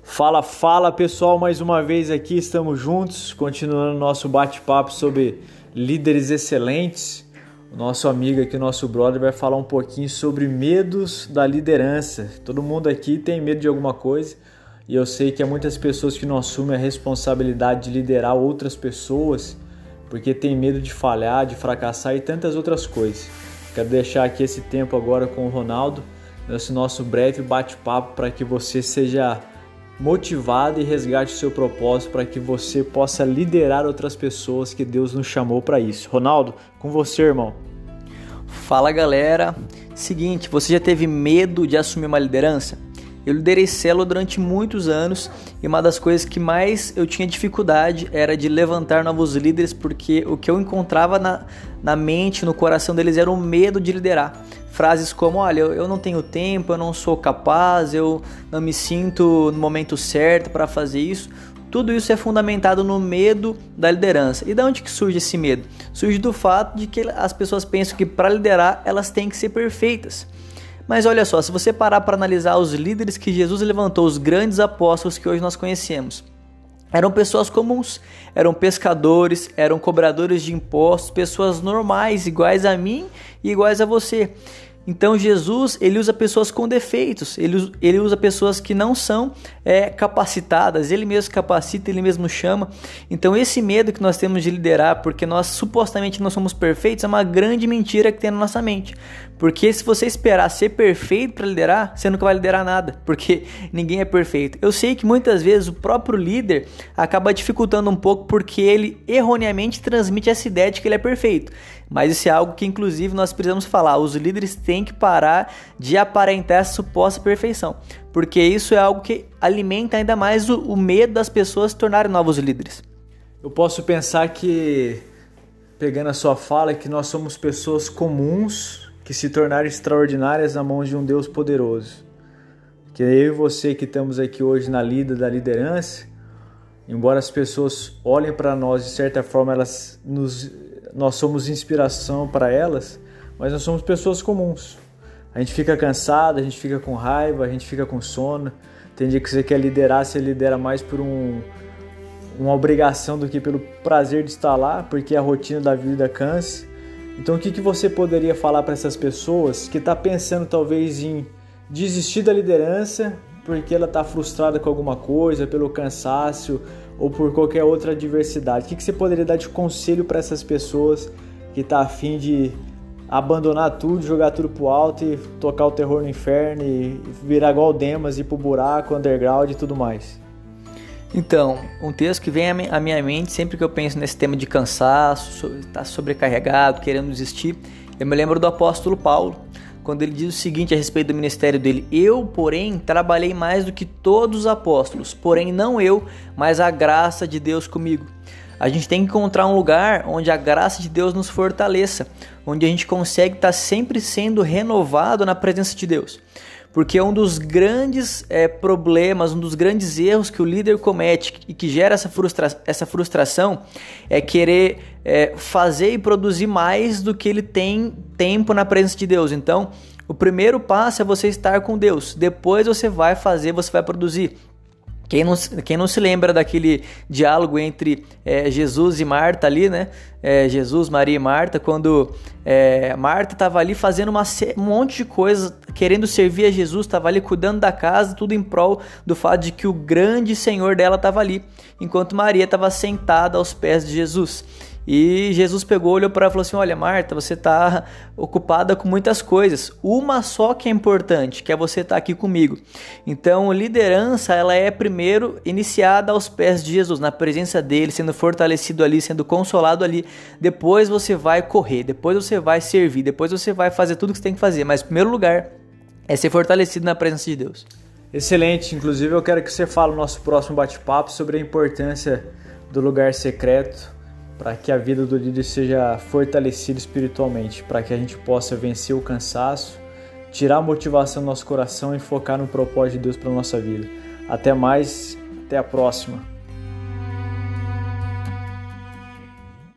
Fala, fala pessoal, mais uma vez aqui estamos juntos, continuando nosso bate-papo sobre líderes excelentes. O nosso amigo aqui, nosso brother, vai falar um pouquinho sobre medos da liderança. Todo mundo aqui tem medo de alguma coisa e eu sei que há muitas pessoas que não assumem a responsabilidade de liderar outras pessoas porque tem medo de falhar, de fracassar e tantas outras coisas. Quero deixar aqui esse tempo agora com o Ronaldo, nesse nosso breve bate-papo para que você seja motivado e resgate o seu propósito para que você possa liderar outras pessoas que Deus nos chamou para isso. Ronaldo, com você, irmão. Fala, galera. Seguinte, você já teve medo de assumir uma liderança? Eu liderei célula durante muitos anos e uma das coisas que mais eu tinha dificuldade era de levantar novos líderes, porque o que eu encontrava na mente, no coração deles era o medo de liderar. Frases como, olha, eu não tenho tempo, eu não sou capaz, eu não me sinto no momento certo para fazer isso. Tudo isso é fundamentado no medo da liderança. E de onde que surge esse medo? Surge do fato de que as pessoas pensam que para liderar elas têm que ser perfeitas. Mas olha só, se você parar para analisar os líderes que Jesus levantou, os grandes apóstolos que hoje nós conhecemos, eram pessoas comuns, eram pescadores, eram cobradores de impostos, pessoas normais, iguais a mim e iguais a você. Então Jesus, ele usa pessoas com defeitos, ele usa pessoas que não são capacitadas, ele mesmo capacita, ele mesmo chama. Então esse medo que nós temos de liderar, porque nós supostamente não somos perfeitos, é uma grande mentira que tem na nossa mente. Porque se você esperar ser perfeito para liderar, você nunca vai liderar nada, porque ninguém é perfeito. Eu sei que muitas vezes o próprio líder acaba dificultando um pouco porque ele erroneamente transmite essa ideia de que ele é perfeito. Mas isso é algo que inclusive nós precisamos falar. Os líderes têm que parar de aparentar essa suposta perfeição, porque isso é algo que alimenta ainda mais o medo das pessoas se tornarem novos líderes. Eu posso pensar que, pegando a sua fala, que nós somos pessoas comuns que se tornaram extraordinárias na mão de um Deus poderoso. Que eu e você que estamos aqui hoje na lida da liderança, embora as pessoas olhem para nós de certa forma, nós somos inspiração para elas, mas nós somos pessoas comuns. A gente fica cansado, a gente fica com raiva, a gente fica com sono. Tem dia que você quer liderar, você lidera mais por uma obrigação do que pelo prazer de estar lá, porque a rotina da vida cansa. Então o que você poderia falar para essas pessoas que estão pensando talvez em desistir da liderança porque ela está frustrada com alguma coisa, pelo cansaço ou por qualquer outra adversidade? O que você poderia dar de conselho para essas pessoas que estão a fim de abandonar tudo, jogar tudo pro alto e tocar o terror no inferno e virar igual Demas, ir pro buraco, underground e tudo mais? Então, um texto que vem à minha mente sempre que eu penso nesse tema de cansaço, estar sobrecarregado, querendo desistir, eu me lembro do apóstolo Paulo, quando ele diz o seguinte a respeito do ministério dele: eu, porém, trabalhei mais do que todos os apóstolos, porém não eu, mas a graça de Deus comigo. A gente tem que encontrar um lugar onde a graça de Deus nos fortaleça, onde a gente consegue estar sempre sendo renovado na presença de Deus. Porque um dos grandes problemas, um dos grandes erros que o líder comete e que gera essa frustração é querer fazer e produzir mais do que ele tem tempo na presença de Deus. Então, o primeiro passo é você estar com Deus, depois você vai fazer, você vai produzir. Quem não se lembra daquele diálogo entre Jesus e Marta ali, né? Jesus, Maria e Marta, quando Marta estava ali fazendo um monte de coisa, querendo servir a Jesus, estava ali cuidando da casa, tudo em prol do fato de que o grande Senhor dela estava ali, enquanto Maria estava sentada aos pés de Jesus. E Jesus pegou, olhou para ela e falou assim: olha, Marta, você está ocupada com muitas coisas, uma só que é importante, que é você estar aqui comigo. Então, liderança, ela é primeiro iniciada aos pés de Jesus, na presença dele, sendo fortalecido ali, sendo consolado ali. Depois você vai correr, depois você vai servir, depois você vai fazer tudo que você tem que fazer, mas em primeiro lugar é ser fortalecido na presença de Deus. Excelente, inclusive eu quero que você fale no nosso próximo bate-papo sobre a importância do lugar secreto, para que a vida do líder seja fortalecida espiritualmente, para que a gente possa vencer o cansaço, tirar a motivação do nosso coração e focar no propósito de Deus para a nossa vida. Até mais, até a próxima.